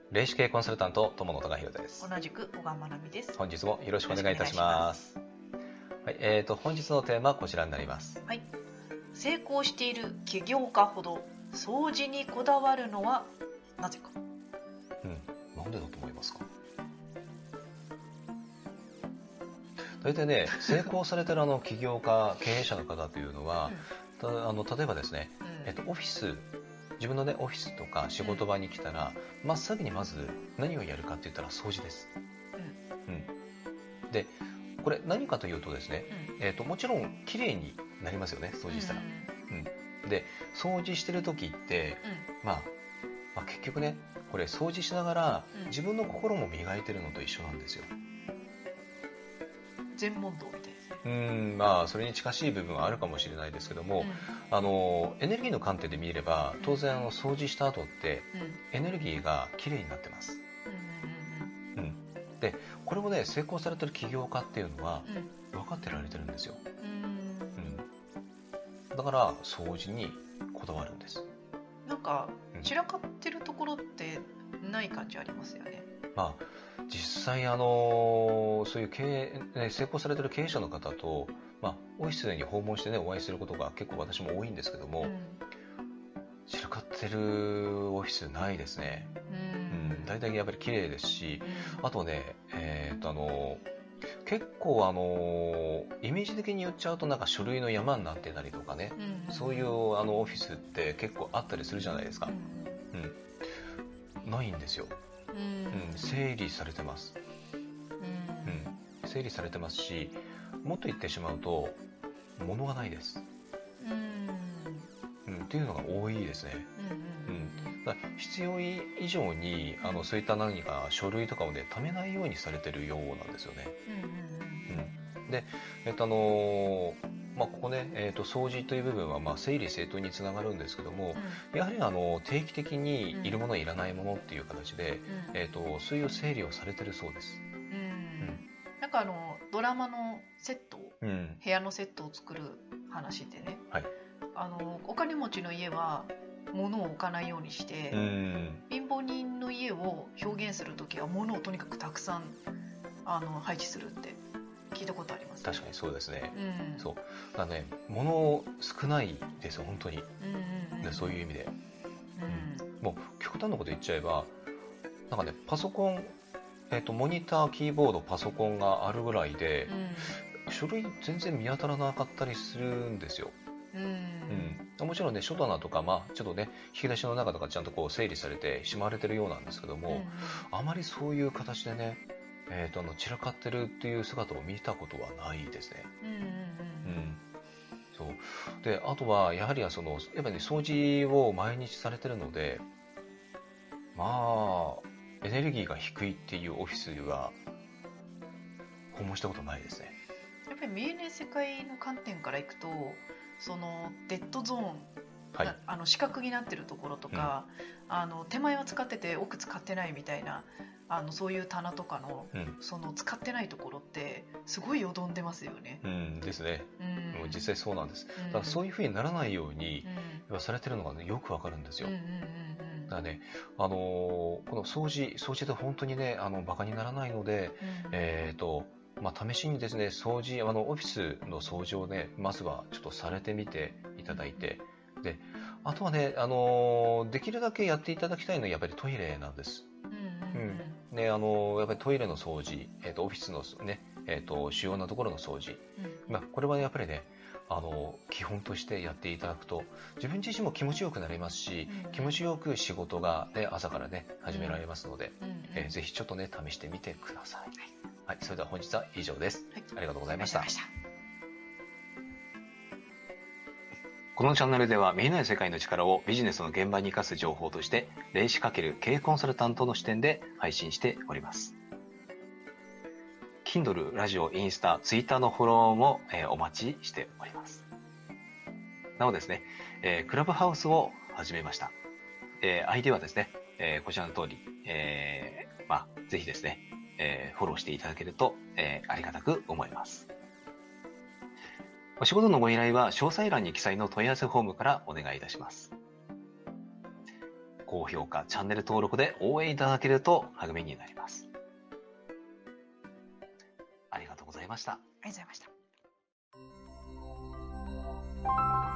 霊視系コンサルタント友野孝弘です。 同じく小川真奈美です。 本日もよろしくお願いいたします。はい、本日のテーマはこちらになります。 はい。成功している起業家ほど掃除にこだわるのはなぜか。 なんでだと思いますか？大体ね、成功されてる起業家経営者の方というのは、例えばですね、オフィス、自分のねオフィスとか仕事場に来たら、真っ先にまず何をやるかって言ったら掃除です。で、これ何かというとですね、もちろん綺麗になりますよね、掃除したら。で、掃除してる時って、まあ結局ね、これ掃除しながら自分の心も磨いてるのと一緒なんですよ。 全問答みたいですね。 それに近しい部分はあるかもしれないですけども、エネルギーの観点で見れば当然掃除した後ってエネルギーがきれいになってます。で、これもね、成功されてる起業家っていうのは分かってられてるんですよ。だから掃除にこだわるんです。 なんか散らかってるところってない感じありますよね。 実際そういう成功されてる経営者の方と、オフィスに訪問してねお会いすることが結構私も多いんですけども、散らかってるオフィスないですね。大体やっぱり綺麗ですし、あとね、結構イメージ的に言っちゃうとなんか書類の山になってたりとかね、そういうオフィスって結構あったりするじゃないですか。ないんですよ。整理されてます。整理されてますし、もっと言ってしまうと物がないです。っていうのが多いですね。だから必要以上にそういった何か書類とかをね貯めないようにされてるようなんですよね。で、ここね、掃除という部分は整理整頓につながるんですけども、やはり定期的にいるものいらないものっていう形で、そういう整理をされてるそうです。 なんかドラマのセット、部屋のセットを作る話でね、お金持ちの家は物を置かないようにして、貧乏人の家を表現するときは物をとにかくたくさん配置するって聞いたことあります。 確かにそうですね。そうだね、物少ないです本当に。そういう意味で、もう極端なこと言っちゃえば、なんかね、パソコン、モニター、キーボード、パソコンがあるぐらいで、書類全然見当たらなかったりするんですよ。もちろんね、書棚とか、ちょっとね、引き出しの中とかちゃんとこう整理されてしまわれてるようなんですけども、あまりそういう形でね、散らかってるっていう姿を見たことはないですね。そうで、あとはやはりやっぱりね、掃除を毎日されてるので、エネルギーが低いっていうオフィスは訪問したことないですね。 やっぱり見えない世界の観点からいくと、そのデッドゾーン、四角になってるところとか、手前は使ってて奥使ってないみたいな、そういう棚とかの、その使ってないところってすごいよどんでますよね。 ですね。実際そうなんです。だからそういうふうにならないようにされてるのがね、よくわかるんですよ。だからね、この掃除って本当にね、バカにならないので、試しにですね、掃除、オフィスの掃除をね、まずはちょっとされてみていただいて、で、あとはね、できるだけやっていただきたいのはやっぱりトイレなんです。やっぱりトイレの掃除、オフィスのね、主要なところの掃除、これはやっぱりね、基本としてやっていただくと自分自身も気持ちよくなりますし、気持ちよく仕事が、ね、朝からね始められますので、ぜひちょっとね試してみてください。それでは本日は以上です。ありがとうございました。このチャンネルでは見えない世界の力をビジネスの現場に生かす情報として霊視×経営コンサルタントの視点で配信しております。Kindle、ラジオ、インスタ、ツイッターのフォローも、お待ちしております。なおですね、クラブハウスを始めました。ID はですね、こちらの通り、ぜひですね、フォローしていただけると、ありがたく思います。お仕事のご依頼は詳細欄に記載の問い合わせフォームからお願いいたします。 高評価、チャンネル登録で応援いただけると励みになります。ありがとうございました。 ありがとうございました。